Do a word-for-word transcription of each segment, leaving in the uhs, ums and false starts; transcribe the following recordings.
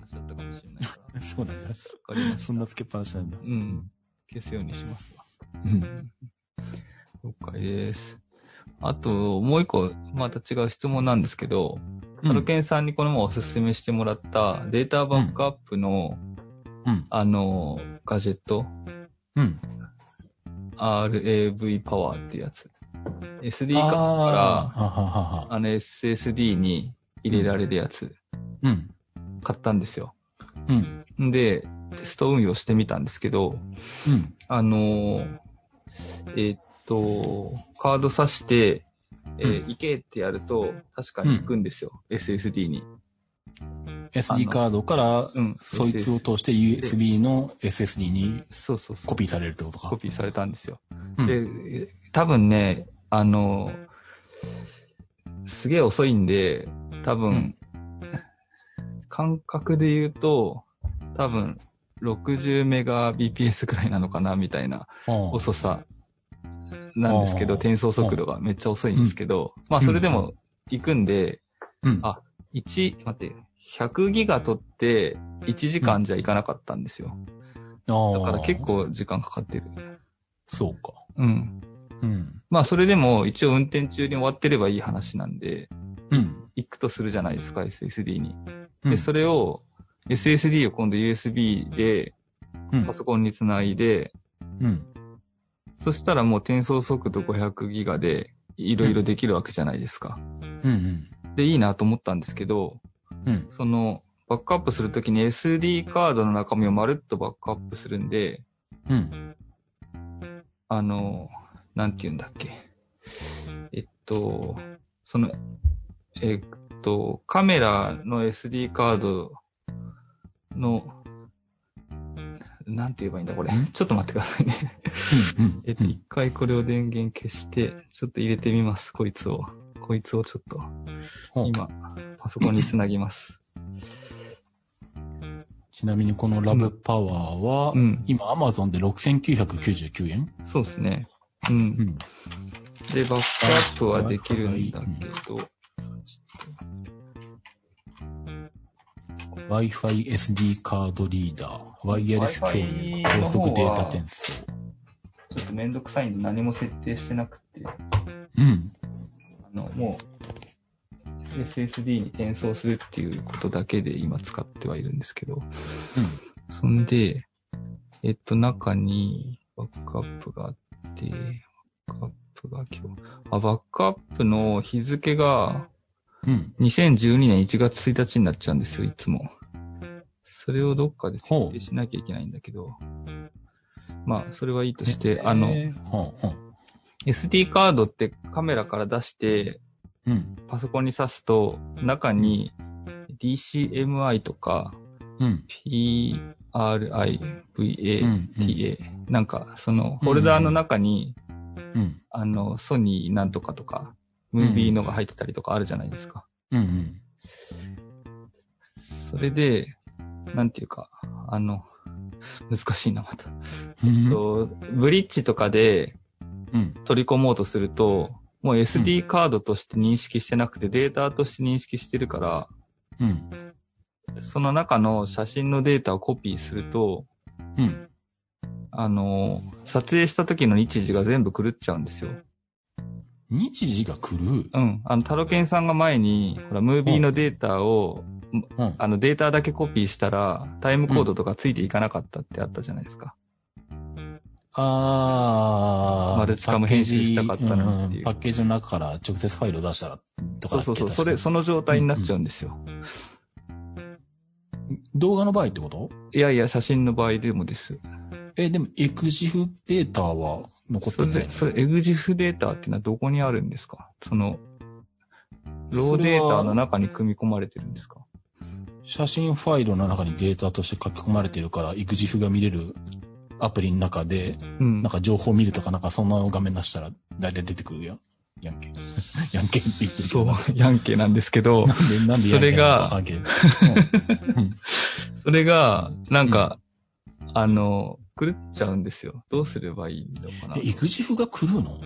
話だったかもしれないから。 そうなんだ。わかりました。 そんなつけっぱなしなんだ。 うん。消すようにしますわ。 うん。 了解です。あと、もう一個、また違う質問なんですけど、タロケンさんにこのままおすすめしてもらったデータバックアップの、 うん、 あの、ガジェット、 うん、 アールエーブイ パワーっていうやつ。エスディー カードから、あの エスエスディー に入れられるやつ、 うん、 買ったんですよ。 うん。 で、テスト運用してみたんですけど、 うん、 あの、えー、っと、カード挿して、えー、行けってやると、確かに行くんですよ。うん、エスエスディー に。 エスディー カードから、うん、そいつを通して ユーエスビー の エスエスディー にコピーされるってことか。 コピーされたんですよ。うん、で、多分ね、あの、すげえ遅いんで、多分、うん、感覚で言うと、多分、ろくじゅうメガビーピーエス くらいなのかな、みたいな遅さなんですけど、転送速度がめっちゃ遅いんですけど、まあそれでも行くんで、 うん、 あ、いち、待って、ひゃくギガ取っていちじかんじゃいかなかったんですよ。だから結構時間かかってる。 そうか。 うん。うん。まあそれでも一応運転中に終わってればいい話なんで、 うん。 行くとするじゃないですか、エスエスディー に。で、それを、エスエスディー を今度 ユーエスビー で、パソコンにつないで、 うん。 そしたらもう転送速度ごひゃくギガでいろいろできるわけじゃないですか。 うんうん。 で、いいなと思ったんですけど、 うん。 その、バックアップするときに エスディー カードの中身をまるっとバックアップするんで、 うん。 あの、なんて言うんだっけ。えっと、その、えっと、カメラの エスディー カードの、なんて言えばいいんだこれ。ちょっと待ってくださいね。 うんうん、 えっと、一回これを電源消して、ちょっと入れてみます、こいつを。こいつをちょっと、今、パソコンにつなぎます。 ちなみにこのラブパワーは、うん、今 Amazon でろくせんきゅうひゃくきゅうじゅうきゅうえん？ そうですね。うん。うん、で、バックアップはできるんだけど、 Wi-Fi エスディー カードリーダー、ワイヤレス共有、高速データ転送。 ちょっとめんどくさいんで何も設定してなくて。 うん。 あの、もう、エスエスディー に転送するっていうことだけで今使ってはいるんですけど。 うん。 そんで、えっと、中にバックアップがあって、バックアップが今日、あ、バックアップの日付が、 うん。 にせんじゅうにねんいちがつついたちになっちゃうんですよ、いつも。それをどっかで設定しなきゃいけないんだけど。まあ、それはいいとして、あの、 ほうほうエスディー カードってカメラから出して、 うん、 パソコンに挿すと、中に ディーシーエムアイ とか、 うん、 ピーアールアイブイエーティーエー、うんうん、なんか、その、フォルダーの中に、 うん、 あの、ソニーなんとかとか、ムービーのが入ってたりとかあるじゃないですか。 うんうん、 それで、なんていうか、あの、難しいな、また。 うん、 とブリッジとかで取り込もうとすると、もう エスディー カードとして認識してなくて、データとして認識してるから、 うん、 その中の写真のデータをコピーすると、 うん、 あの、撮影した時の日時が全部狂っちゃうんですよ。 日時が狂う？ うん。あの、タロケンさんが前に、ほら、ムービーのデータを、うん、あの、データだけコピーしたら、タイムコードとかついていかなかったってあったじゃないですか。うん、 あー。 マルチカム編集したかったのにっていう、 うん。パッケージの中から直接ファイルを出したら、とか。 そうそうそう。それ、その状態になっちゃうんですよ。 うんうん、動画の場合ってこと？ いやいや、写真の場合でもです。 え、でも、エクジフデータは残ってないの？ それ、それ、エグジフデータっていうのはどこにあるんですか？その、ローデータの中に組み込まれてるんですか？ 写真ファイルの中にデータとして書き込まれてるから、エグジフが見れるアプリの中で、うん、なんか情報を見るとかなんかそんな画面出したら大体出てくるやん。やんけ。やんけって言ってるけど。 そう、やんけなんですけど、 なんで、なんでそれが、 やんけそれが、なんか、うん、あの、狂っちゃうんですよ。どうすればいいのかな。 え、エグジフが狂うの？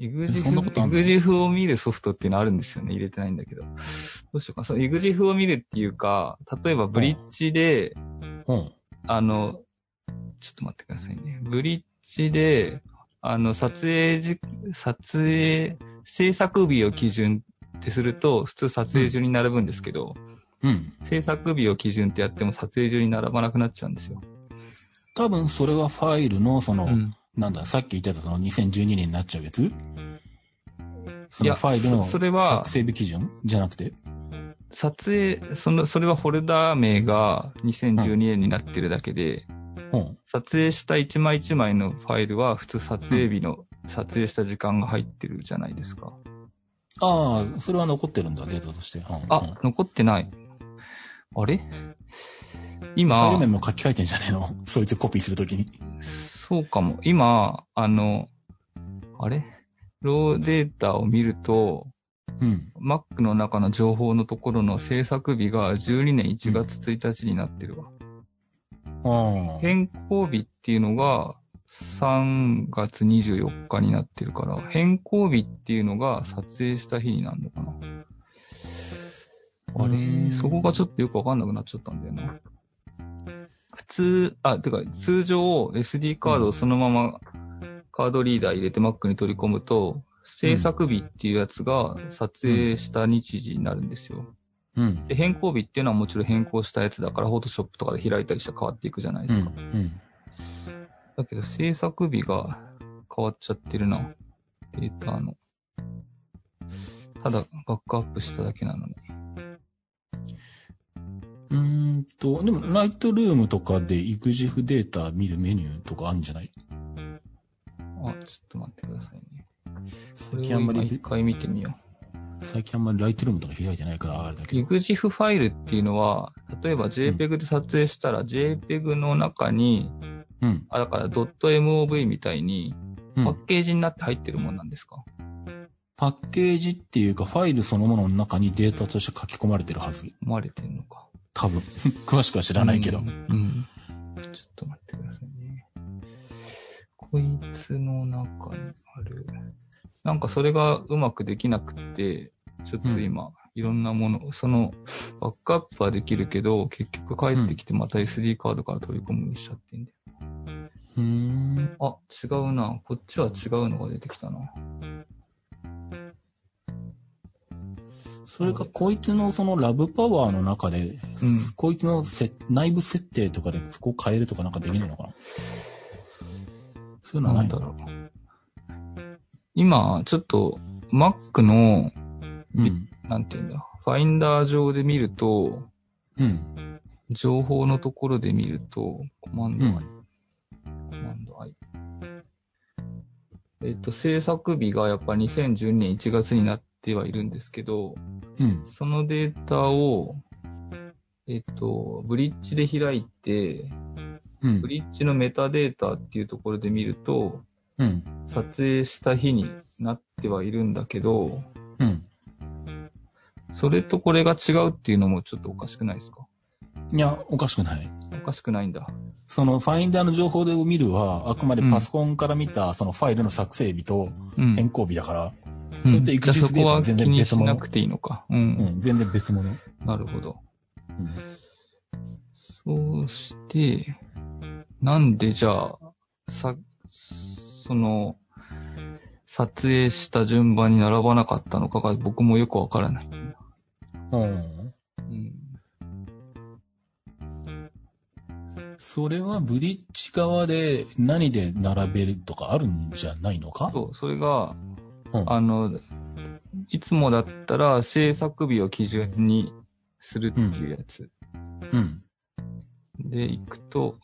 イグジフ、イグジフを見るソフトっていうのあるんですよね。入れてないんだけど。どうしようか。そのイグジフを見るっていうか、例えばブリッジで、 うん、 あの、ちょっと待ってくださいね。ブリッジで、あの、撮影時、撮影、制作日を基準ってすると、普通撮影順に並ぶんですけど、 うん。 制作日を基準ってやっても撮影順に並ばなくなっちゃうんですよ。 多分それはファイルの、その、うん、なんだ、さっき言ってたそのにせんじゅうにねんになっちゃうやつ？そのファイルの作成日基準じゃなくて？ 撮影、その、それはフォルダ名がにせんじゅうにねんになってるだけで、 うん、 撮影した一枚一枚のファイルは普通撮影日の撮影した時間が入ってるじゃないですか。 ああ、それは残ってるんだ、データとして。うん、 あ、うん、残ってない。あれ？今、 ファイル名も書き換えてんじゃねえの？そいつコピーするときに。 そうかも。今、あの、あれ？ローデータを見ると、 うん、 Mac の中の情報のところの制作日がじゅうにねんいちがつついたちになってるわ。 うん、 変更日っていうのがさんがつにじゅうよっかになってるから、変更日っていうのが撮影した日になるのかな。あれ、そこがちょっとよくわかんなくなっちゃったんだよな。普通、あ、てか通常 エスディー カードをそのままカードリーダー入れて Mac に取り込むと、制作日っていうやつが撮影した日時になるんですよ。 うん、 で変更日っていうのはもちろん変更したやつだから、Photoshop とかで開いたりして変わっていくじゃないですか。 うんうん、 だけど制作日が変わっちゃってるな。データの。ただバックアップしただけなのに。 うーんと、でも、ライトルームとかで イグジフ データ見るメニューとかあるんじゃない？ あ、ちょっと待ってくださいね。 最近あんまり、 一回見てみよう。最近あんまりライトルームとか開いてないからあれだけど。 イグジフ ファイルっていうのは、例えば JPEG で撮影したら、うん、JPEG の中に、 うん。 あ、だから .mov みたいに、パッケージになって入ってるもんなんですか？ うん、パッケージっていうか、ファイルそのものの中にデータとして書き込まれてるはず。 込まれてるのか。 多分。詳しくは知らないけど。うん。 うん、ちょっと待ってくださいね。こいつの中にある。なんかそれがうまくできなくて、ちょっと今、うん、いろんなもの、その、バックアップはできるけど、結局帰ってきてまた エスディー カードから取り込むようにしちゃってんだよ。 うーん。 あ、違うな。こっちは違うのが出てきたな。 それか、こいつのそのラブパワーの中で、うん、こいつのせ内部設定とかでそこを変えるとかなんかできないのかな？そういうのはないんだろう。 今、ちょっと、Mac の、 うん、 なんていうんだ、ファインダー上で見ると、 うん、 情報のところで見ると、コマンド I、うん、コマンド I。えっと、制作日がやっぱにせんじゅうねんいちがつになってはいるんですけど、 うん、 そのデータを、えっと、ブリッジで開いて、 うん、 ブリッジのメタデータっていうところで見ると、 うん、 撮影した日になってはいるんだけど、 うん、 それとこれが違うっていうのもちょっとおかしくないですか？ いや、おかしくない。 おかしくないんだ。 そのファインダーの情報で見るは、あくまでパソコンから見たそのファイルの作成日と変更日だから、 うん、 それとイグジフデータは全然別物。 そこは気にしなくていいのか。うん。 うん、全然別物。 なるほど。 うん、 そうして、なんでじゃあ、さ、その、撮影した順番に並ばなかったのかが僕もよくわからない。 うん。 うん。 それはブリッジ側で何で並べるとかあるんじゃないのか？ そう、それが、 うん、 あの、いつもだったら制作日を基準にするっていうやつ。 うん。 うん、で、行くと、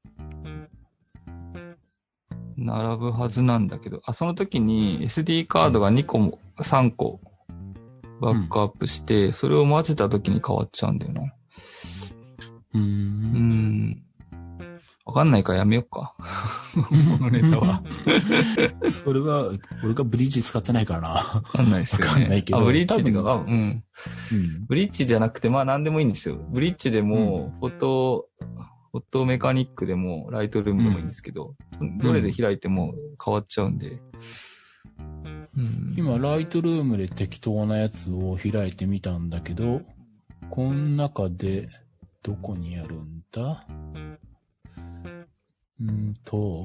並ぶはずなんだけど、あ、その時に エスディー カードがにこも、さんこバックアップして、うん、それを混ぜた時に変わっちゃうんだよな。 うーん。うーん。わかんないからやめよっか。このネタは。 それは、俺がブリッジ使ってないからな。わかんないですよね。 わかんないけど。 あ、ブリッジってか、あ、うん。 うん。 ブリッジじゃなくて、まあ何でもいいんですよ。ブリッジでも、フォト、フォトメカニックでも、ライトルームでもいいんですけど、うん、どれで開いても変わっちゃうんで。 うん、 今、ライトルームで適当なやつを開いてみたんだけど、この中で、どこにあるんだ？うーんと、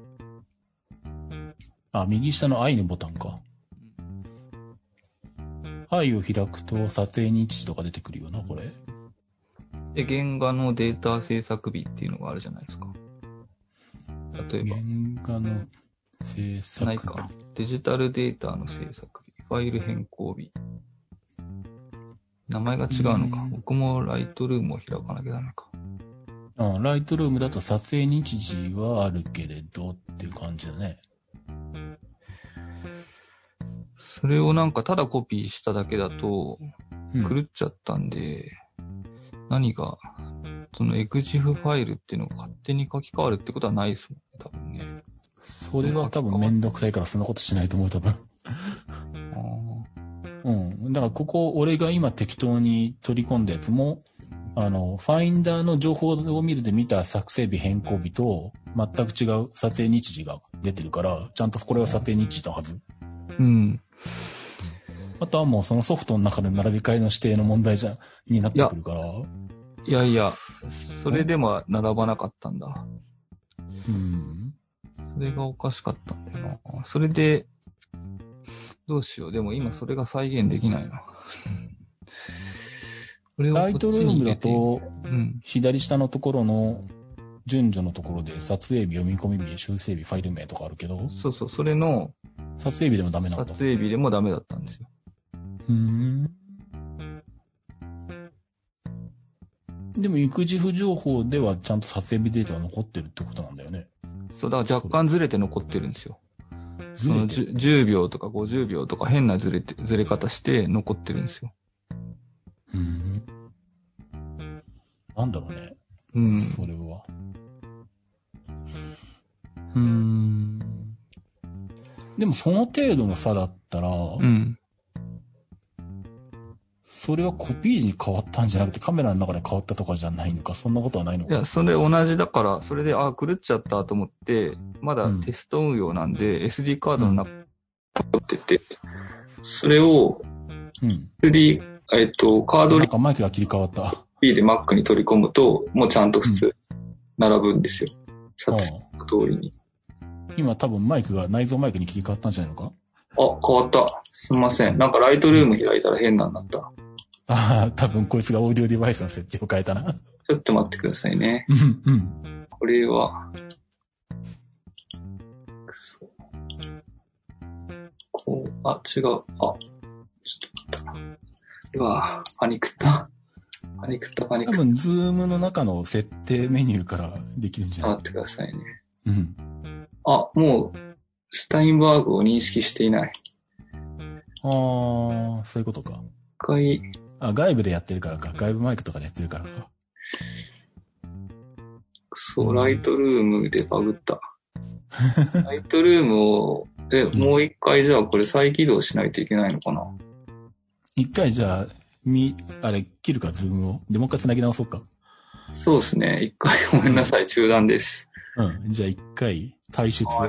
あ、右下の I のボタンか。I を開くと撮影日時とか出てくるよな、これ。 で、原画のデータ制作日っていうのがあるじゃないですか。例えば。 原画の制作日。 ないか。デジタルデータの制作日。ファイル変更日。名前が違うのか。僕もライトルームを開かなきゃダメか。 うん、ライトルームだと撮影日時はあるけれどっていう感じだね。 それをなんかただコピーしただけだと、狂っちゃったんで、うん、何が、そのエグジフファイルっていうのが勝手に書き換わるってことはないですもんね、多分ね。 それは多分めんどくさいからそんなことしないと思う、多分。うん。だからここ、俺が今適当に取り込んだやつも、あの、ファインダーの情報を見るで見た作成日変更日と全く違う撮影日時が出てるから、ちゃんとこれは撮影日時のはず。 うん。 あとはもうそのソフトの中で並び替えの指定の問題じゃ、になってくるから。 いやいや、それでも並ばなかったんだ。 うん。 それがおかしかったんだよな。それで、どうしよう。でも今それが再現できないな。これをライトルームだと、 うん、 左下のところの順序のところで撮影日、読み込み日、修正日、ファイル名とかあるけど。 そうそう、それの、 撮影日でもダメなんだ。 撮影日でもダメだったんですよ。 うーん。でも、育児不情報ではちゃんと撮影日データが残ってるってことなんだよね。 そう、だから若干ずれて残ってるんですよ。そのじゅうびょうとかごじゅうびょうとか変なずれて、ずれ方して残ってるんですよ。 うーん。なんだろうね。 うん。 それは。うーん。でもその程度の差だったら、うん。それはコピー時に変わったんじゃなくてカメラの中で変わったとかじゃないのか、そんなことはないのか。 いや、それ同じだから、それで、あ、狂っちゃったと思って、まだテスト運用なんで、うん、エスディー カードの中に取ってて、それを、うん。エスディー、えっと、カードなんかマイクが切り替わった。 P で Mac に取り込むと、もうちゃんと普通、並ぶんですよ。撮影通りに。 今多分マイクが内蔵マイクに切り替わったんじゃないのか？ あ、変わった。すみません。なんかライトルーム開いたら変なんだった。 ああ、多分こいつがオーディオデバイスの設定を変えたな。 ちょっと待ってくださいね。 うん、うん。 これは、くそ。こう、あ、違う。あ、ちょっと待ったな。うわぁ、パニックった。パニックった、パニックった。 多分、ズームの中の設定メニューからできるんじゃない？ 待ってくださいね。 うん。 あ、もう、スタインバーグを認識していない。 あー、そういうことか。 一回、 あ、外部でやってるからか。外部マイクとかでやってるからか。 そう、ライトルームでバグった。ライトルームを、え、うん、もう一回じゃあこれ再起動しないといけないのかな？ 一回じゃあ、み、あれ、切るか、ズームを。で、もう一回繋ぎ直そうか。 そうですね。一回ごめんなさい、うん、中断です。 うん。じゃあ一回、退出。はい、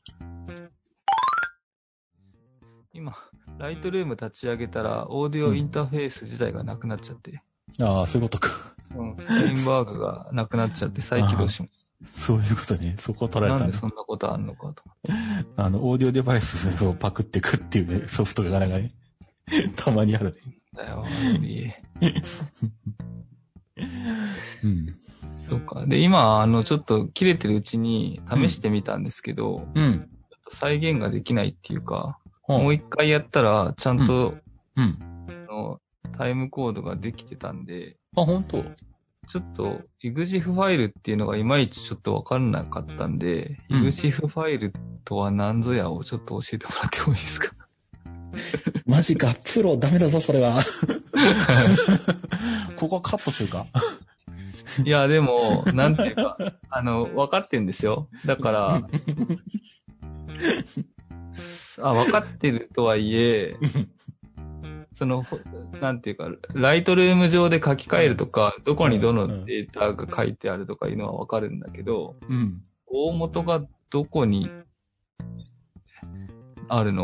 今、ライトルーム立ち上げたら、オーディオインターフェース自体がなくなっちゃって。 うん、ああ、そういうことか。 うん。スタインバーグがなくなっちゃって再起動します。 そういうことね。そこを取られた。 なんでそんなことあんのかと思って。 あの、オーディオデバイスをパクってくっていうね、ソフトがなんかね、たまにあるね。 だよ、いい。 うん。 そうか。で、今、あの、ちょっと切れてるうちに試してみたんですけど、 うん。 ちょっと再現ができないっていうか、うん、もう一回やったら、ちゃんと、 うん。 あの、タイムコードができてたんで、 あ、本当？ ちょっと、イグジフファイルっていうのがいまいちちょっとわからなかったんで、うん、イグジフファイルとは何ぞやをちょっと教えてもらってもいいですか？ マジか、プロダメだぞ、それは。ここはカットするか？ いや、でも、なんていうか、あの、分かってんですよ。だから、あ、分かってるとはいえ、その、なんていうか、ライトルーム上で書き換えるとか、どこにどのデータが書いてあるとかいうのは分かるんだけど、 うん、 大元がどこにあるのっ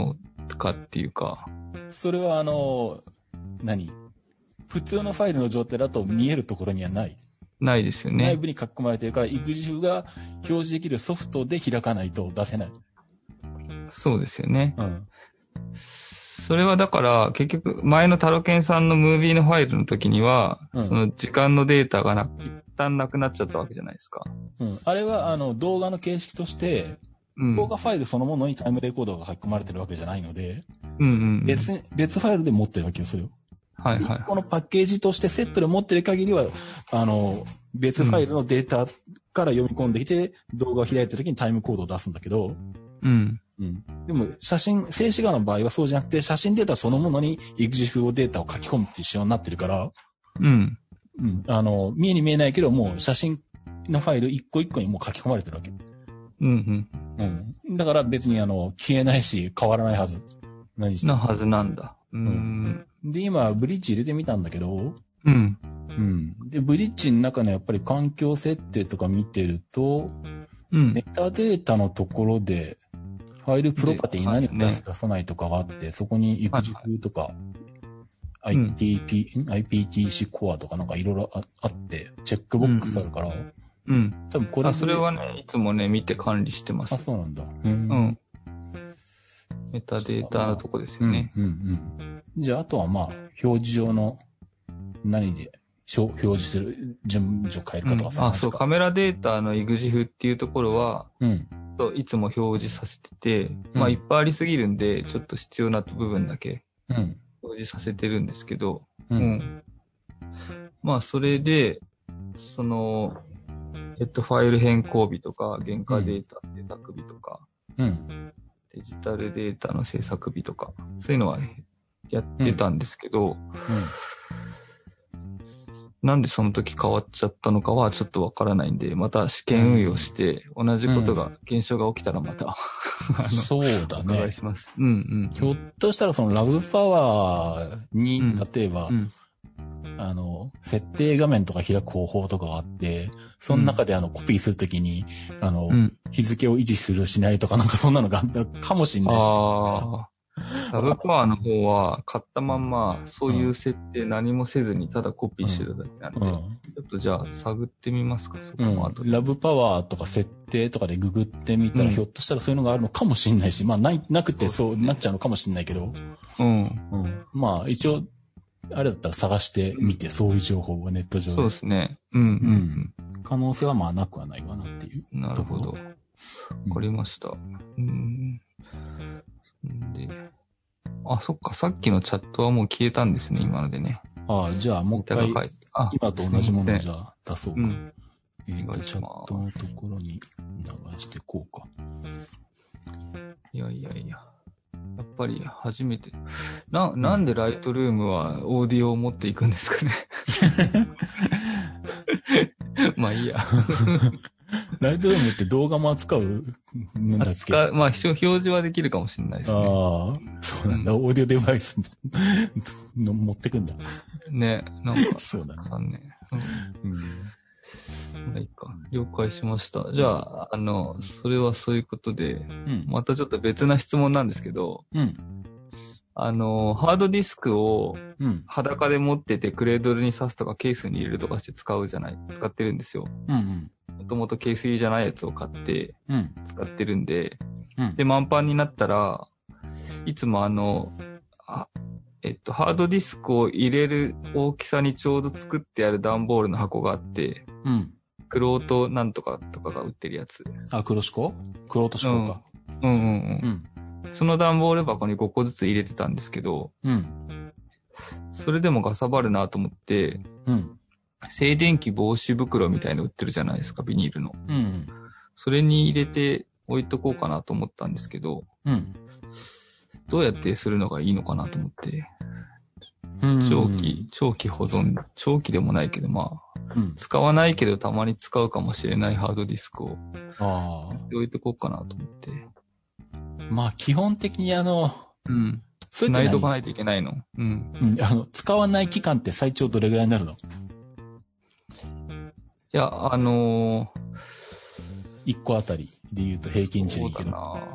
かっていうか。 それはあの、何普通のファイルの状態だと見えるところにはない。 ないですよね。 内部に書き込まれてるから、イグジフが表示できるソフトで開かないと出せない。 そうですよね。 うん。 それはだから、結局、前のタロケンさんのムービーのファイルの時には、うん、その時間のデータがな、一旦なくなっちゃったわけじゃないですか。 うん。あれは、あの、動画の形式として、うん、動画ファイルそのものにタイムレコードが書き込まれてるわけじゃないので、 うんうんうん、 別、別ファイルで持ってるわけよ、それを。 はいはい。 このパッケージとしてセットで持ってる限りは、あの、別ファイルのデータから読み込んできて、うん、動画を開いた時にタイムコードを出すんだけど、 うん。 うん。でも、写真、静止画の場合はそうじゃなくて、写真データそのものに イグジフ データを書き込むっていう仕様になってるから、 うん。 うん。あの、見えに見えないけど、もう写真のファイル一個一個にもう書き込まれてるわけ。 うんうん。 うん。だから別にあの、消えないし、変わらないはず。何してなはずなんだ。うーん。 で、今、ブリッジ入れてみたんだけど、 うん。 うん。で、ブリッジの中のやっぱり環境設定とか見てると、 うん。 メタデータのところで、ファイルプロパティに何を出す出さないとかがあって、そこにイグジフとか、アイティーピー、アイピーティーシー コアとかなんかいろいろあって、チェックボックスあるから、 うん。 多分これ。 あ、それはね、いつもね、見て管理してます。 あ、そうなんだ。 うん。うん。メタデータのとこですよね。 うん、うん、うん。じゃあ、あとはまあ、表示上の何で表示する順序変えるかとかさ、 うん。あ、そう、カメラデータのイグジフっていうところは、 うん。 いつも表示させてて、うん、まあいっぱいありすぎるんで、ちょっと必要な部分だけ、表示させてるんですけど、 うん。うん、 まあそれで、その、えっと、ファイル変更日とか、原価データ制作日とか、 うん、 デジタルデータの制作日とか、そういうのはやってたんですけど、うんうん、なんでその時変わっちゃったのかはちょっとわからないんで、また試験運用して、同じことが、現象が起きたらまた、うん、 あのそうだね。 お願いします。うんうん。 ひょっとしたらそのラブパワーに、うん、例えば、うん、あの、設定画面とか開く方法とかがあって、その中であの、コピーするときに、あの、うん、日付を維持するしないとかなんかそんなのがあったかもしれないし。 ああ。ラブパワーの方は買ったまんま、そういう設定何もせずにただコピーしてるだけなんで、うんうん、ちょっとじゃあ探ってみますか、そこも後で、 うん。ラブパワーとか設定とかでググってみたら、うん、ひょっとしたらそういうのがあるのかもしれないし、まあない、なくてそうなっちゃうのかもしれないけど。 うん。 うん。まあ一応、あれだったら探してみて、そういう情報をネット上で。 そうですね。うん。うん。 可能性はまあなくはないわなっていう。 なるほど。わかりました。うん。で、あ、そっか、さっきのチャットはもう消えたんですね、今のでね。 ああ、じゃあもう一回、今と同じものをじゃあ出そうか。うん、えー、チャットのところに流していこうか。 いやいやいや。やっぱり初めて。な、なんでライトルームはオーディオを持っていくんですかね。まあいいや。 ライトルームって動画も扱うなんだっけ？ 扱う、まあ表示はできるかもしれないですね。 ああ、そうなんだ。うん、オーディオデバイスの持ってくんだ。 ね、なんか。 そうだね。 残念。うんうん、はいか。了解しました。じゃあ、あの、それはそういうことで、うん、またちょっと別な質問なんですけど、 うん、 あの、ハードディスクを裸で持っててクレードルに挿すとかケースに入れるとかして使うじゃない、使ってるんですよ。 うんうん、 もともとケース入りじゃないやつを買って使ってるんで、 うん、 で、満帆になったら、いつもあの、あえっと、ハードディスクを入れる大きさにちょうど作ってある段ボールの箱があって、 うん。 クロートなんとかとかが売ってるやつ。 あ、クロシコ？クロートシコか。 うん、うん、うんうんうん。その段ボール箱にごこずつ入れてたんですけど、 うん。 それでもかさばるなと思って、 うん。 静電気防止袋みたいの売ってるじゃないですか、ビニールの。 うん。 それに入れて置いとこうかなと思ったんですけど、 うん。 どうやってするのがいいのかなと思って、 うん、 長期、長期保存、長期でもないけど、まあ、 うん、 使わないけどたまに使うかもしれないハードディスクを、 ああ。 置いとこうかなと思って。 まあ、基本的にあの、 うん。繋いとかないといけないの。うん。 うん、あの、使わない期間って最長どれぐらいになるの？いや、あのー、 いっこあたりで言うと平均値でいいけど。 そうだな。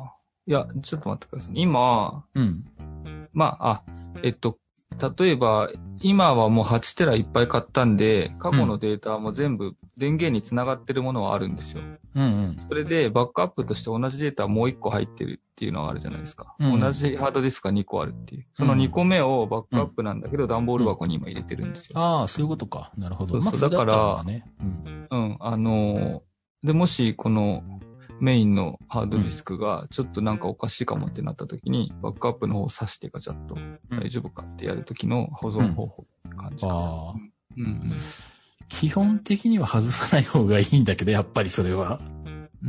いや、ちょっと待ってください。今、 うん。 まあ、あ、えっと、例えば、今はもうはちテラいっぱい買ったんで、過去のデータも全部電源につながってるものはあるんですよ。 うんうん。 それで、バックアップとして同じデータもういっこ入ってるっていうのがあるじゃないですか。 うんうん、 同じハードディスクがにこあるっていう。そのにこめをバックアップなんだけど、うん、段ボール箱に今入れてるんですよ。 ああ、そういうことか。なるほど。 そうそう、 まあ、 だから、 ね、うん、 うん、あの、で、もし、この、メインのハードディスクがちょっとなんかおかしいかもってなった時に、バックアップの方を挿してガチャッと大丈夫かってやる時の保存方法って感じかな。うん、ああ、うんうん。 基本的には外さない方がいいんだけど、やっぱりそれは。 うん。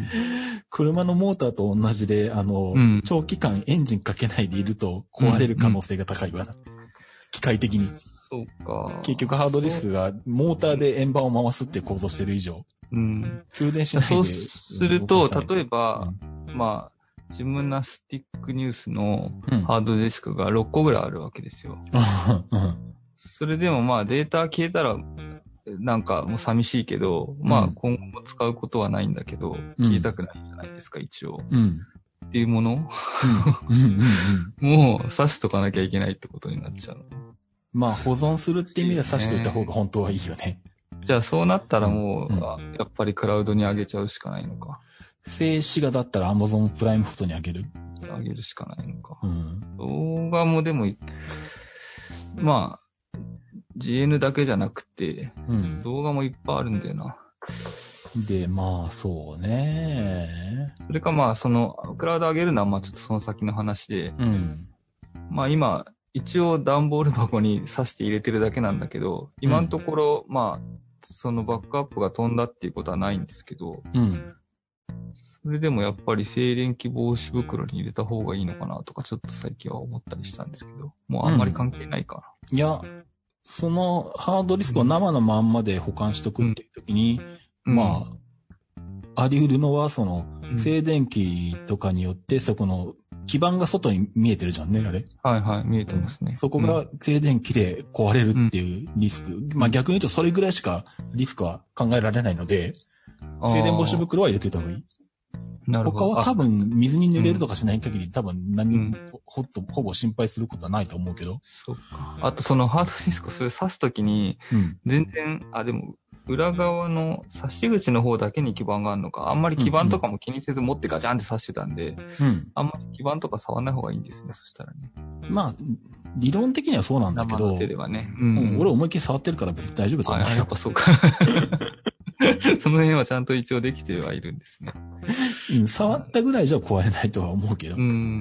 車のモーターと同じで、あの、うん、長期間エンジンかけないでいると壊れる可能性が高いわな。うんうん、機械的に。 そうか。 結局ハードディスクがモーターで円盤を回すって構造してる以上。 うん。 通電しないで。 そうすると、例えば、うん、まあ、ジムナスティックニュースのハードディスクがろっこぐらいあるわけですよ。うん、それでもまあデータ消えたら、なんかもう寂しいけど、うん、まあ今後も使うことはないんだけど、うん、消えたくないじゃないですか、一応。うん、っていうもの、うん、もう挿しとかなきゃいけないってことになっちゃう。 まあ保存するって意味では挿しといた方が本当はいいよね。 じゃあそうなったらもう、うん、やっぱりクラウドに上げちゃうしかないのか。 静止画だったら Amazon プライムフォトに上げる。 上げるしかないのか。うん、動画もでも、まあ、ジーエヌ だけじゃなくて、うん、動画もいっぱいあるんだよな。 で、まあ、そうね。 それかまあ、その、クラウド上げるのはまあちょっとその先の話で、うん、まあ今、一応段ボール箱に挿して入れてるだけなんだけど、今のところ、うん、まあ、そのバックアップが飛んだっていうことはないんですけど、うん、それでもやっぱり静電気防止袋に入れた方がいいのかなとかちょっと最近は思ったりしたんですけど、もうあんまり関係ないかな。 うん、いや、そのハードディスクを生のまんまで保管しとくっていう時に、うん、まあ、あり得るのはその静電気とかによってそこの基板が外に見えてるじゃんね、あれ。 はいはい、見えてますね。 そこが静電気で壊れるっていうリスク。うん、まあ逆に言うとそれぐらいしかリスクは考えられないので、静電防止袋は入れといた方がいい。なるほど。他は多分水に濡れるとかしない限り、うん、多分何、うん、ほ, ほぼ心配することはないと思うけど。 そうか。あとそのハードディスクそれ挿すときに、全然、うん、あ、でも、裏側の差し口の方だけに基板があるのか、あんまり基板とかも気にせず持ってガチャンって挿してたんで、うん、あんまり基板とか触んない方がいいんですね、そしたらね。 まあ、理論的にはそうなんだけど、 生の手ではね。 うん、うん、俺思いっきり触ってるから別に大丈夫ですよ。 あ、やっぱそうか。その辺はちゃんと一応できてはいるんですね。 うん、触ったぐらいじゃ壊れないとは思うけど。うん、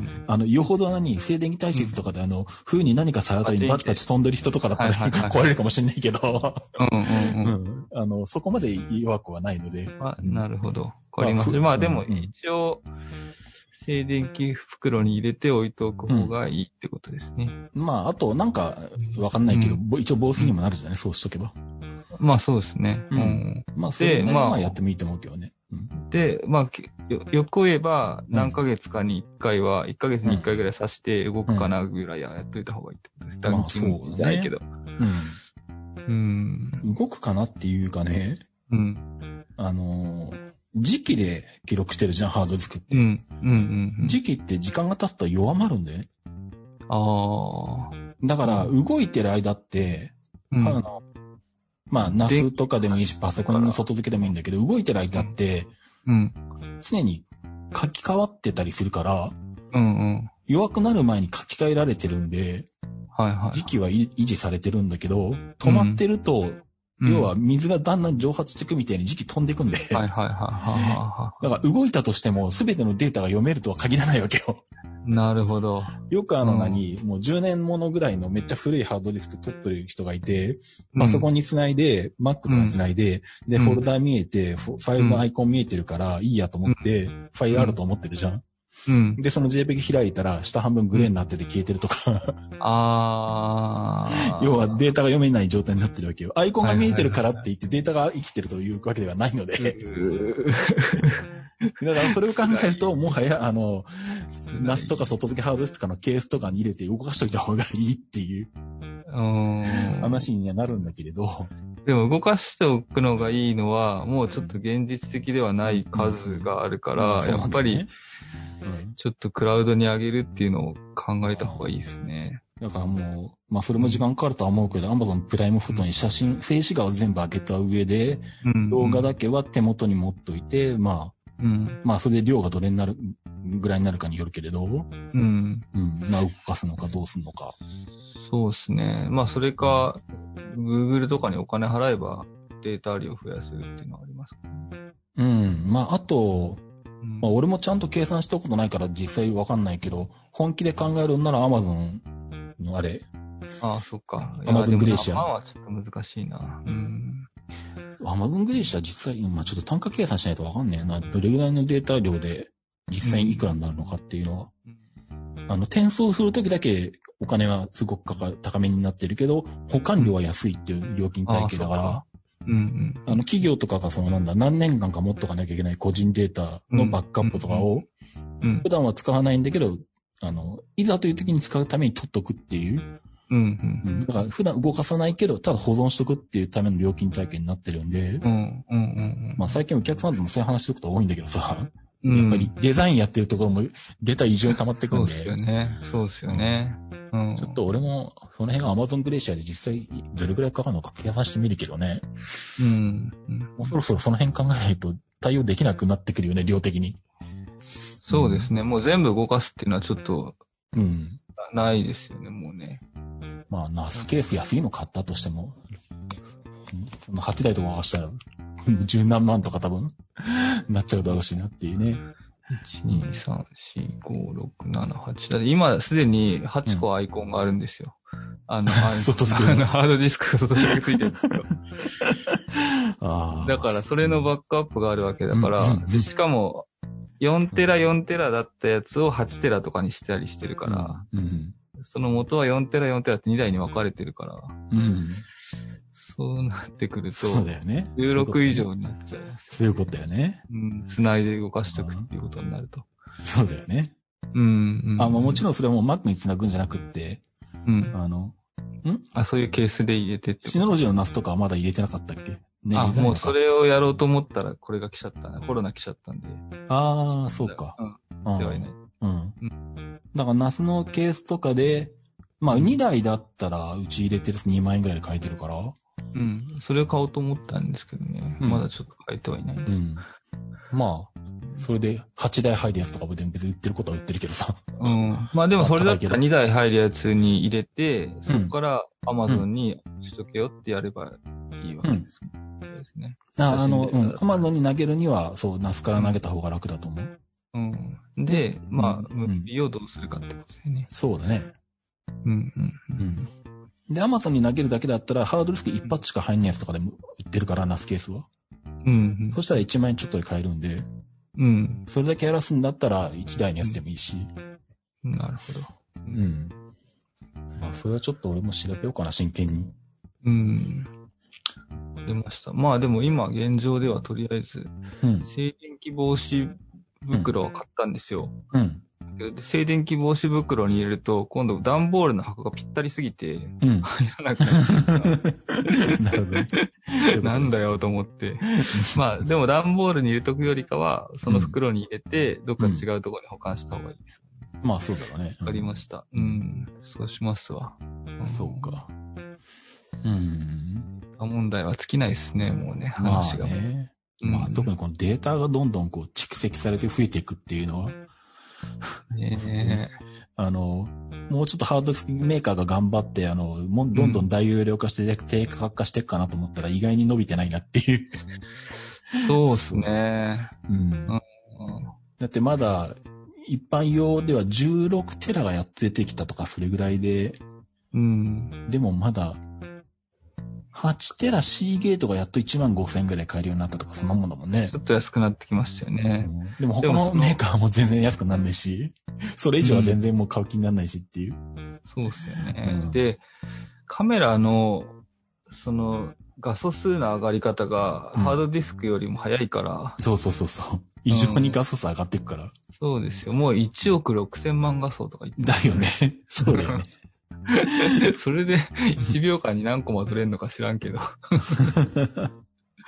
あの、よほど何、静電気体質とかで、うん、あの、風に何か触ったりバチバチ飛んでる人とかだったら、はいはいはい、壊れるかもしれないけど、うんうんうんうん、あの、そこまで弱くはないので。 あ、なるほど。わかります。まあ、まあ、でも一応、静電気袋に入れて置いておく方がいいってことですね。 うん、まあ、あと、なんか、わかんないけど、うん、一応防水にもなるじゃない、うん、そうしとけば。 まあそうですね。うん。うん、 まあそれまあやってもいいと思うけどね。 うん、で、まあよ、よく言えば何ヶ月かにいっかいは、いっかげつにいっかいぐらい刺して動くかなぐらいはやっといた方がいいってことです。 まあそうだね。 けど。 うん。うん。動くかなっていうかね。うん。あのー、時期で記録してるじゃん、ハードディスクって。うん。うんうんうん、時期って時間が経つと弱まるんだよね。ああ。だから動いてる間って、うん、あの、まあ、ナスとかでもいいし、パソコンの外付けでもいいんだけど、動いてる間って、うん。常に書き換わってたりするから、うんうん。弱くなる前に書き換えられてるんで、はいはい。時期は維持されてるんだけど、止まってると、うん、要は水がだんだん蒸発していくみたいに時期飛んでいくんで、はいはいはいはい。だから動いたとしても、すべてのデータが読めるとは限らないわけよ。 なるほど。 よくあの何、うん、もうじゅうねんものぐらいのめっちゃ古いハードディスク取ってる人がいて、パソコンにつないで、うん、Mac とかにつないで、うん、で、フォルダー見えて、ファイルのアイコン見えてるからいいやと思って、うん、ファイルあると思ってるじゃん。うん、で、その JPEG 開いたら下半分グレーになってて消えてるとか。あー。要はデータが読めない状態になってるわけよ。アイコンが見えてるからって言ってデータが生きてるというわけではないので。だからそれを考えると、もはや、あの、ナスとか外付けハードディスクとかのケースとかに入れて動かしといた方がいいっていう話にはなるんだけれど。 でも動かしておくのがいいのは、もうちょっと現実的ではない数があるから、うんうん、やっぱり、 うん、 ちょっとクラウドに上げるっていうのを考えた方がいいですね。 だからもう、まあそれも時間かかるとは思うけど、Amazon プライムフォトに写真、静止画を全部上げた上で、うん、動画だけは手元に持っといて、まあ、うん、まあそれで量がどれになる、ぐらいになるかによるけれど、うん。うん。まあ動かすのかどうするのか。 そうですね。まあそれか、Google とかにお金払えばデータ量を増やせるっていうのはありますかね。 うん。まああと、うん、まあ俺もちゃんと計算したことないから実際わかんないけど、本気で考えるんなら Amazon のあれ。 ああ、そっか。 Amazon グレーシア。 まあはちょっと難しいな。うん。 Amazon グレーシア実際、まあちょっと単価計算しないとわかんねえな。どれぐらいのデータ量で実際にいくらになるのかっていうのは。うん、あの、転送するときだけお金はすごくかか高めになってるけど、保管料は安いっていう料金体系だから、うんうん、あの、企業とかがそのなんだ、何年間か持っとかなきゃいけない個人データのバックアップとかを、普段は使わないんだけど、あの、いざという時に使うために取っとくっていう。うんうん、だから普段動かさないけど、ただ保存しとくっていうための料金体系になってるんで、うんうんうん、まあ最近お客さんともそういう話すること多いんだけどさ、うん、やっぱりデザインやってるところもデータ異常に溜まってくるんで。 そうですよね。そうですよね。 うん、ちょっと俺もその辺が Amazon グレーシアで実際どれくらいかかるのか計算してみるけどね。うん。もうそろそろその辺考えないと対応できなくなってくるよね、量的に。 そうですね。もう全部動かすっていうのはちょっと、うん。ないですよね、もうね。 まあ、ナスケース安いの買ったとしても、そのはちだいとか貸したら、十何万とか多分、なっちゃうだろうしなっていうね。 いち、に、さん、よん、ご、ろく、なな、はち。だって今すでにはちこアイコンがあるんですよ。うん、あの、 外付けあの、ハードディスクが外付けついてるんですよ。あだからそれのバックアップがあるわけだから、うんうんうん、でしかも、よんテラよんテラだったやつをはちテラとかにしたりしてるから、うんうんうん、その元はよんテラよんテラってにだいに分かれてるから、うん、そうなってくると、 そうだよね。 じゅうろく以上になっちゃいます、 そういうことだよね。 うん、繋いで動かしとくっていうことになると。 そうだよね。うん、うん。あ、まあもちろんそれはもう Mac に繋ぐんじゃなくって、うん。あの、んあ、そういうケースで入れてって。 シノロジーのナスとかはまだ入れてなかったっけね、あ、もうそれをやろうと思ったらこれが来ちゃったね。コロナ来ちゃったんで。 ああ、そうか。 うん。ではいない。 うん。うん。だからナスのケースとかで、まあにだいだったらうち入れてるにまん円ぐらいで買えてるから。 うん。それを買おうと思ったんですけどね。うん、まだちょっと買えてはいないんです。うん。 まあ、それではちだい入るやつとかも別に売ってることは売ってるけどさ。 うん。まあでもそれだったらにだい入るやつに入れて、そこから Amazon にしとけよってやればいいわけですもん。うんですね。 あ、あの、うん。Amazon に投げるには、そう、ナスから投げた方が楽だと思う。 うん。で、まあ、ムービーをどうするかってことですよね。 そうだね。 うん、うん、うん。 で、Amazon に投げるだけだったら、ハードディスク一発しか入んないやつとかでも売ってるから、ナスケースは。うん、うん。そしたらいちまん円ちょっとで買えるんで、うん。それだけやらすんだったら、いちだいのやつでもいいし。 なるほど。うん。 まあ、それはちょっと俺も調べようかな、真剣に。 うん。出ました。まあでも今現状ではとりあえず、うん、静電気防止袋を買ったんですよ。うん。で静電気防止袋に入れると、今度段ボールの箱がぴったりすぎて、うん、入らなくなっちゃった。なるほどね。なんだよと思って。まあでも段ボールに入れとくよりかは、その袋に入れて、どっか違うところに保管した方がいいです。 うん、まあそうだろうね。 わかりました。うん。そうしますわ。 そうか。うん。 問題は尽きないですね、もうね、話が。 まあね。うん、まあ特にこのデータがどんどんこう蓄積されて増えていくっていうのは。ねえ。あの、もうちょっとハードディスクメーカーが頑張って、あの、もどんどん大容量化して低価格化していくかなと思ったら意外に伸びてないなっていう。 そうですね。うん。うん、 だってまだ一般用ではじゅうろくテラがやっと出てきたとかそれぐらいで。うん。でもまだ、はちテラ C ゲートがやっといちまんごせん円ぐらい買えるようになったとかそんなもんだもんね。 ちょっと安くなってきましたよね。うん、 でも他のメーカーも全然安くなんないし、それ以上は全然もう買う気にならないしっていう。うん、 そうですよね、うん。で、カメラの、その、画素数の上がり方がハードディスクよりも早いから。 うん、そうそうそうそう。異常に画素数上がっていくから、うん。 そうですよ。もういちおくろくせんまん画素とか言ってだよね。そうだよね。 それでいちびょうかんに何コマ撮れんのか知らんけど。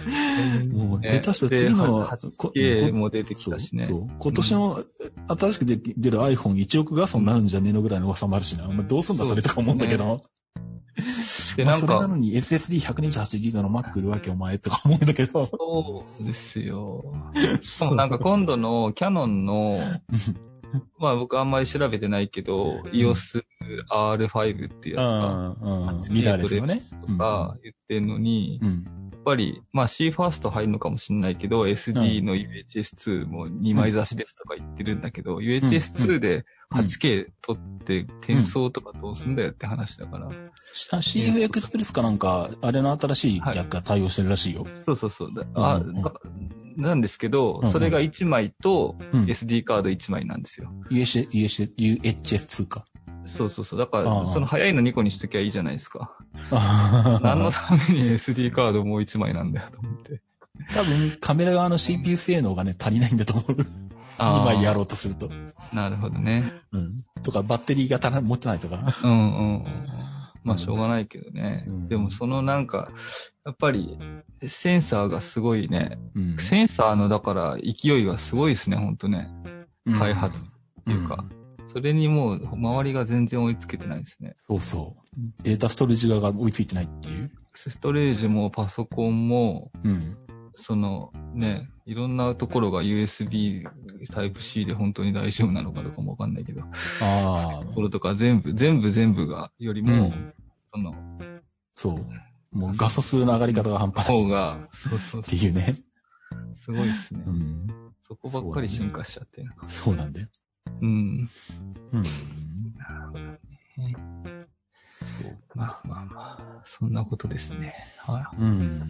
もう下手したら次のはちケー も出てきたしね。 そう。そう今年の新しく出る アイフォンいちおく画素になるんじゃねえのぐらいの噂もあるしな。お前どうすんだそれとか思うんだけど。で、なんか。それなのに エスエスディーひゃくにじゅうはちギガ の Mac 売るわけお前とか思うんだけど。 そうですよ。しかもなんか今度のキヤノンの、まあ僕あんまり調べてないけど、イーオーエスアールファイブ っていうやつが、 ミラーレスよね。 とか言ってんのに、うんうん、やっぱり、まあ C ファースト入るのかもしれないけど、エスディー の ユーエイチエスツー もにまい差しですとか言ってるんだけど、うん、ユーエイチエスツー で はちケー 撮って転送とかどうすんだよって話だから。うん、 シーエフ エクスプレスかなんか、あれの新しいやつが対応してるらしいよ。はい、 そうそうそう。あ、うんうんなんですけど、うんうん、それがいちまいと エスディー カードいちまいなんですよ。 ユーエイチエスツー か。 そうそうそう。だから、その早いのにこにしときゃいいじゃないですか。何のために エスディー カードもういちまいなんだよと思って。 多分カメラ側の シーピーユー 性能がね、足りないんだと思う。にまいやろうとすると。 なるほどね。 うん。とか、バッテリーが足ら持ってないとか。 うんうん。まあ、しょうがないけどね。うん、でも、そのなんか、やっぱり、センサーがすごいね。うん、センサーの、だから、勢いがすごいですね、ほんとね。開発っていうか。うん、それにもう、周りが全然追いつけてないですね。 そうそう。データストレージ側が追いついてないっていう。 ストレージもパソコンも、うん、その、ね、いろんなところが ユーエスビー タイプ C で本当に大丈夫なのかとかもわかんないけど。ああ。ところとか全部、全部全部が、よりも、うん、その、 そう。もう画素数の上がり方が半端ない。 方が、そうそうそう。 っていうね。 すごいですね。うん。そこばっかり進化しちゃってる。 そうなんだよ。 うん。うん。なるほどね。そう。まあまあまあ、そんなことですね。はい。うん。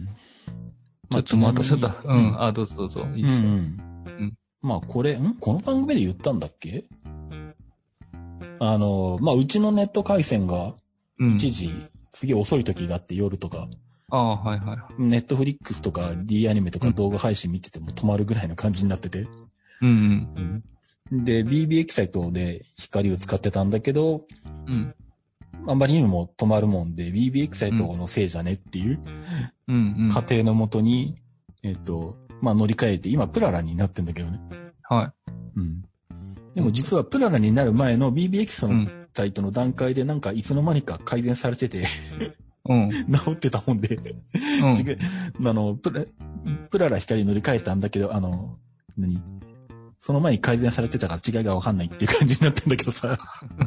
ちょっとまたちょっと、うん、あ、どうぞどうぞ。いいですよ。うん。うん。 まあこれ、んこの番組で言ったんだっけあの、まあうちのネット回線が、一時、すげえ遅い時があって夜とか。 ああ、はいはい。 ネットフリックスとか D アニメとか動画配信見てても止まるぐらいの感じになってて。 うん、 うん。で、ビービー エキサイトで光を使ってたんだけど、うん。あんまりにも止まるもんで、ビービー エキサイトのせいじゃねっていう、うんうん、過程のもとに、えっと、まあ乗り換えて、今プララになってんだけどね。 はい。 うん。でも実はプララになる前の ビービー エキサイトの段階でなんかいつの間にか改善されてて、うん、治ってたもんで、うん、あの、プラ、プララ光乗り換えたんだけど、あの、何その前に改善されてたから違いがわかんないっていう感じになってんだけどさ。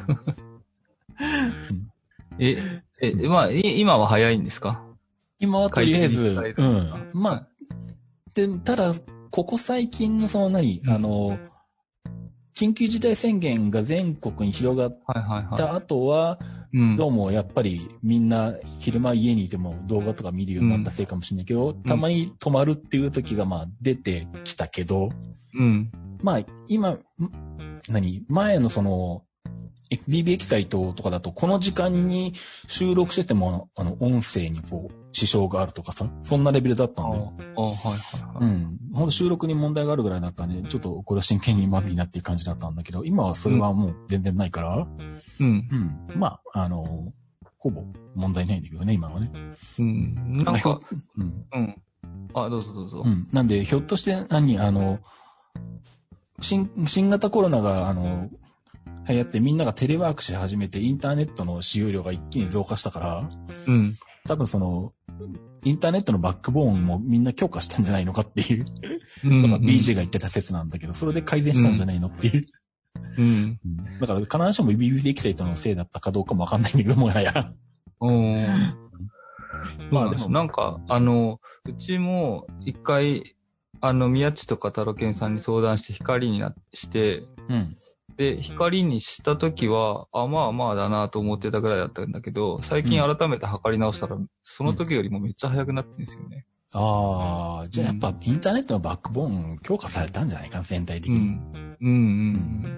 え、え、まあ、今は早いんですか？ 今はとりあえず、うん。まあ、で、ただ、ここ最近のその何、うん、あの、緊急事態宣言が全国に広がった後は、どうもやっぱりみんな昼間家にいても動画とか見るようになったせいかもしれないけど、うん、たまに止まるっていう時がまあ出てきたけど、うん、まあ今、何前のその、ビービー エキサイトとかだと、この時間に収録してても、あの、音声にこう、支障があるとかさ、そんなレベルだったんだよ。 ああ、はいはいはい。 うん。ほんと収録に問題があるぐらいだったんで、ちょっとこれは真剣にまずいなっていう感じだったんだけど、今はそれはもう全然ないから、うん。うん。まあ、あの、ほぼ問題ないんだけどね、今はね。 うん。なんか、うん。うん。あ、どうぞどうぞ。 うん。なんで、ひょっとして何、あの、新、新型コロナが、あの、流行ってみんながテレワークし始めてインターネットの使用量が一気に増加したから、うん。多分その、インターネットのバックボーンもみんな強化したんじゃないのかっていう、うん、とか ビージェー が言ってた説なんだけど、それで改善したんじゃないのっていう。うん。うん、だから必ずしも ビービー エキサイトのせいだったかどうかもわかんないんだけど、もはや。 うん。まあでもなんか、あの、うちも一回、あの、宮地とかタロケンさんに相談して光になして、うん。で、光にしたときは、あ、まあまあだなと思ってたぐらいだったんだけど、最近改めて測り直したら、うん、その時よりもめっちゃ速くなってるんですよね。 ああ、じゃあやっぱインターネットのバックボーン強化されたんじゃないかな、全体的に。うん。 うんうん、うん。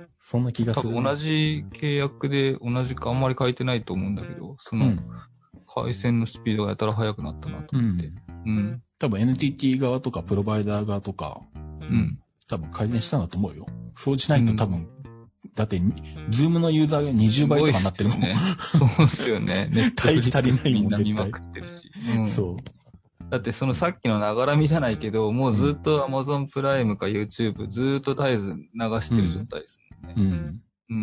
そんな気がする、ね。 多分同じ契約で同じかあんまり変えてないと思うんだけど、その、回線のスピードがやたら速くなったなと思って。うん。うん、 多分 エヌティーティー 側とかプロバイダー側とか、うん。多分改善したんだと思うよ。そうしないと多分、うんだって、ズームのユーザーがにじゅうばいとかになってるもん。 ね、そうですよね。ネット待機足りないもん、 みんな見まくってるし。 うん、そう。 だってそのさっきのながらみじゃないけど、もうずっと Amazon プライムか YouTube ずーっと絶えず流してる状態ですね。 うん。うん。 うん。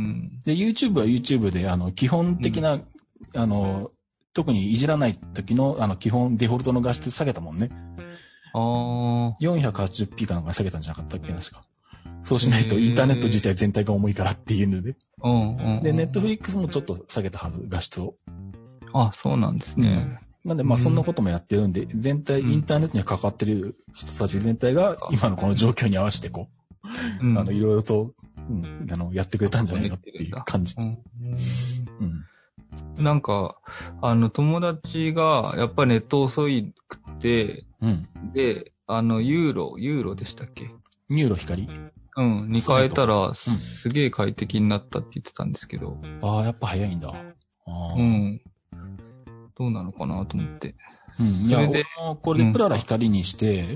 で、YouTube は YouTube で、あの、基本的な、うん、あの、特にいじらない時の、あの、基本デフォルトの画質下げたもんね。 ああ。 よんひゃくはちじゅうピー かなんか下げたんじゃなかったっけ確か。そうしないとインターネット自体全体が重いからっていうので。 うんうんうん、 で、Netflix もちょっと下げたはず、画質を。 あ、そうなんですね。 うん、なんで、まあそんなこともやってるんで、全体、インターネットに関わってる人たち全体が今のこの状況に合わせてこう、うん、あの、いろいろと、うん、あの、やってくれたんじゃないかっていう感じ。うん。 うん、なんか、あの、友達が、やっぱりネット遅いくて、うん、で、あの、ユーロ、ユーロでしたっけ？ ユーロ光？ うん、に変えたら、すげえ快適になったって言ってたんですけど。 ああ、やっぱ早いんだ。 あうん。どうなのかなと思って。 うん。いや、俺もこれでプララ光にして、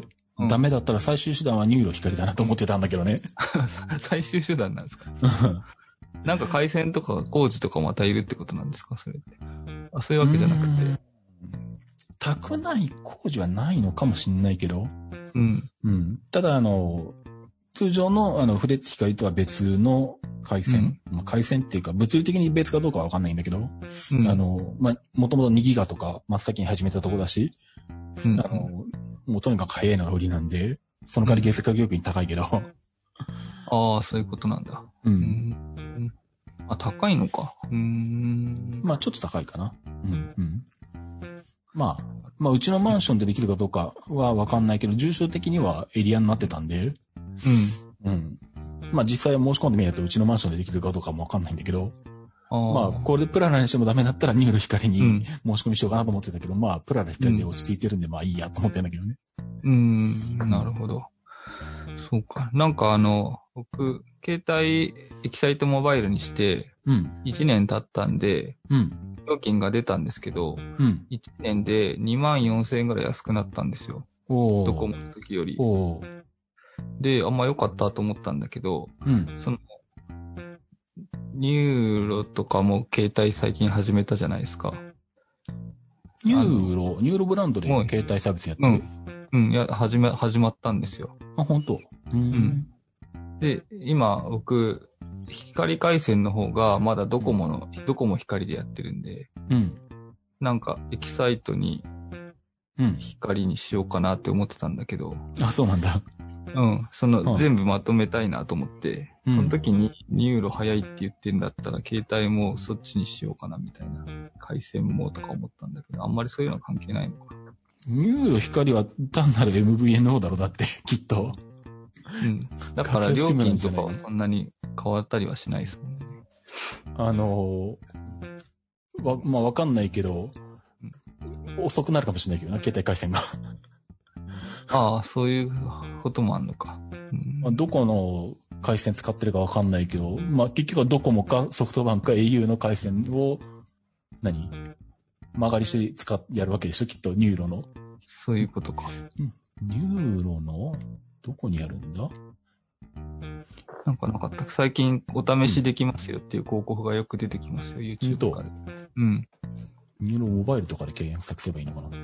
うん、ダメだったら最終手段はニューロ光だなと思ってたんだけどね。 最終手段なんですか？なんか回線とか工事とかまたいるってことなんですかそれって。あ、そういうわけじゃなくて。 宅内工事はないのかもしんないけど。 うん。 うん。ただあの、通常のあのフレッツ光とは別の回線。うん、まあ、回線っていうか物理的に別かどうかはわかんないんだけど。うん、あの、まあ、もともとにギガとか真っ先に始めたとこだし。うん、あの、もうとにかく早いのが売りなんで、その代わり月額料金高いけど。 ああ、そういうことなんだ。うん。うんあ、高いのか。うーん。 まあちょっと高いかな。うんうん。まあ、まあうちのマンションでできるかどうかはわかんないけど、住所的にはエリアになってたんで。うん。うん。まあ実際申し込んでみないとうちのマンションでできるかどうかもわかんないんだけど。あまあこれでプララにしてもダメだったらニューロ光に申し込みしようかなと思ってたけど、うん、まあプララ光で落ち着いてるんでまあいいやと思ってんだけどね。 うーん、なるほど。そうか。なんかあの、僕、携帯エキサイトモバイルにして、いちねん経ったんで、うん、料金が出たんですけど、うん、いちねんでにまんよんせんえんぐらい安くなったんですよ。ドコモの時より。で、あんま良かったと思ったんだけど、うん、その、ニューロとかも携帯最近始めたじゃないですか。 ニューロ、ニューロブランドで携帯サービスやってる？ うん、うん、いや、始め、始まったんですよ。 あ、本当？うん。 うん。で、今、僕、光回線の方がまだドコモの、うん、ドコモ光でやってるんで、うん。なんか、エキサイトに、うん。光にしようかなって思ってたんだけど。 あ、そうなんだ。 うん。その、全部まとめたいなと思って、うん、その時にニューロ早いって言ってんだったら、携帯もそっちにしようかなみたいな、回線もとか思ったんだけど、あんまりそういうのは関係ないのか。 ニューロ光は単なる エムブイエヌオー だろ、だって、きっと。 うん。だから料金とかはそんなに変わったりはしないですもんね。 あのー、わ、まあ、わかんないけど、うん、遅くなるかもしれないけどな、携帯回線が。 ああ、そういうこともあんのか。 うん、まあ、どこの回線使ってるかわかんないけど、まあ、結局はドコモかソフトバンクか エーユー の回線を、何曲がりして使っ、やるわけでしょきっと、ニューロの。 そういうことか。 うん。ニューロのどこにあるんだなんかなかった。最近お試しできますよっていう広告がよく出てきますよ、YouTube とかで。うん。 ニューロモバイルとかで検索すればいいのかな、うん、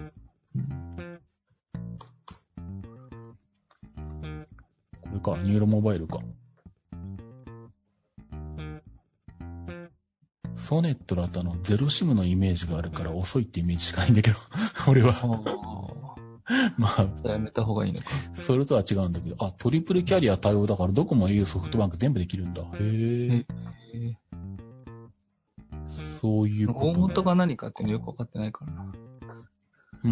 これか、ニューロモバイルか。ソネットだとあの、ゼロシムのイメージがあるから遅いってイメージしかないんだけど、俺は。まあ。 やめた方がいいのか。 それとは違うんだけど、あ、トリプルキャリア対応だからどこも エーユー ソフトバンク全部できるんだ。へえ。そういうこと。 大元が何かっていうのよくわかってないからな。 うん。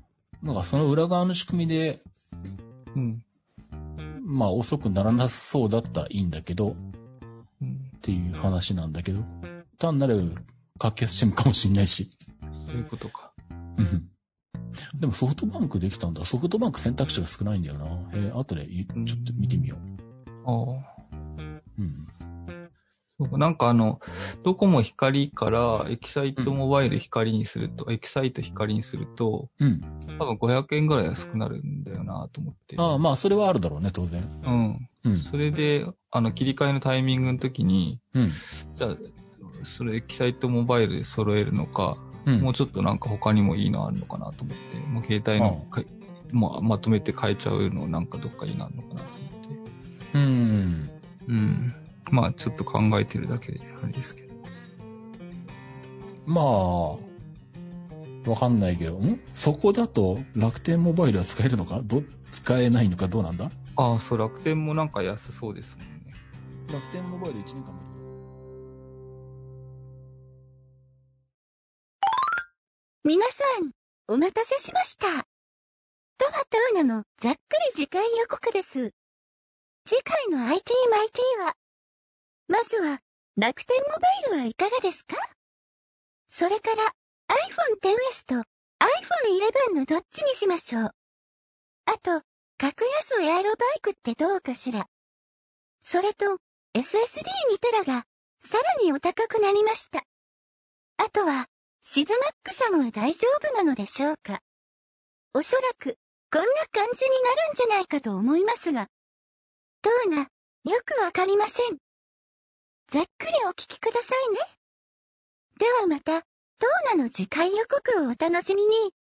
なんかその裏側の仕組みで、うん。まあ遅くならなそうだったらいいんだけど、うん、っていう話なんだけど、単なる書きシムかもしんないし。 そういうことか。 うん。でもソフトバンクできたんだ。ソフトバンク選択肢が少ないんだよな。えー、後でちょっと見てみよう。ああ。 うん。そうなんかあの、ドコモ光からエキサイトモバイル光にすると、うん、エキサイト光にすると、うん。多分ごひゃくえんぐらい安くなるんだよなと思って。 ああ、まあそれはあるだろうね、当然。 うん。うん。それで、あの、切り替えのタイミングの時に、うん。じゃあ、それエキサイトモバイルで揃えるのか、 うん、もうちょっとなんか他にもいいのあるのかなと思って、もう携帯のか、まあ、まとめて変えちゃうのなんかどっかいいのあるのかなと思って。 うん。 うん。まあちょっと考えてるだけであれですけど。 まあ、わかんないけど、んそこだと楽天モバイルは使えるのかど、使えないのかどうなんだ？ ああ、そう、楽天もなんか安そうですもんね。 楽天モバイルいちねんかん無理。皆さん、お待たせしました。トハトーナのざっくり次回予告です。次回の アイティー マイティーは、まずは楽天モバイルはいかがですか？それから アイフォンテンエス と アイフォンイレブン のどっちにしましょう。あと、格安エアロバイクってどうかしら。それと エスエスディーに テラがさらにお高くなりました。あとは、シズマックさんは大丈夫なのでしょうか。おそらく、こんな感じになるんじゃないかと思いますが。トーナ、よくわかりません。ざっくりお聞きくださいね。ではまた、トーナの次回予告をお楽しみに。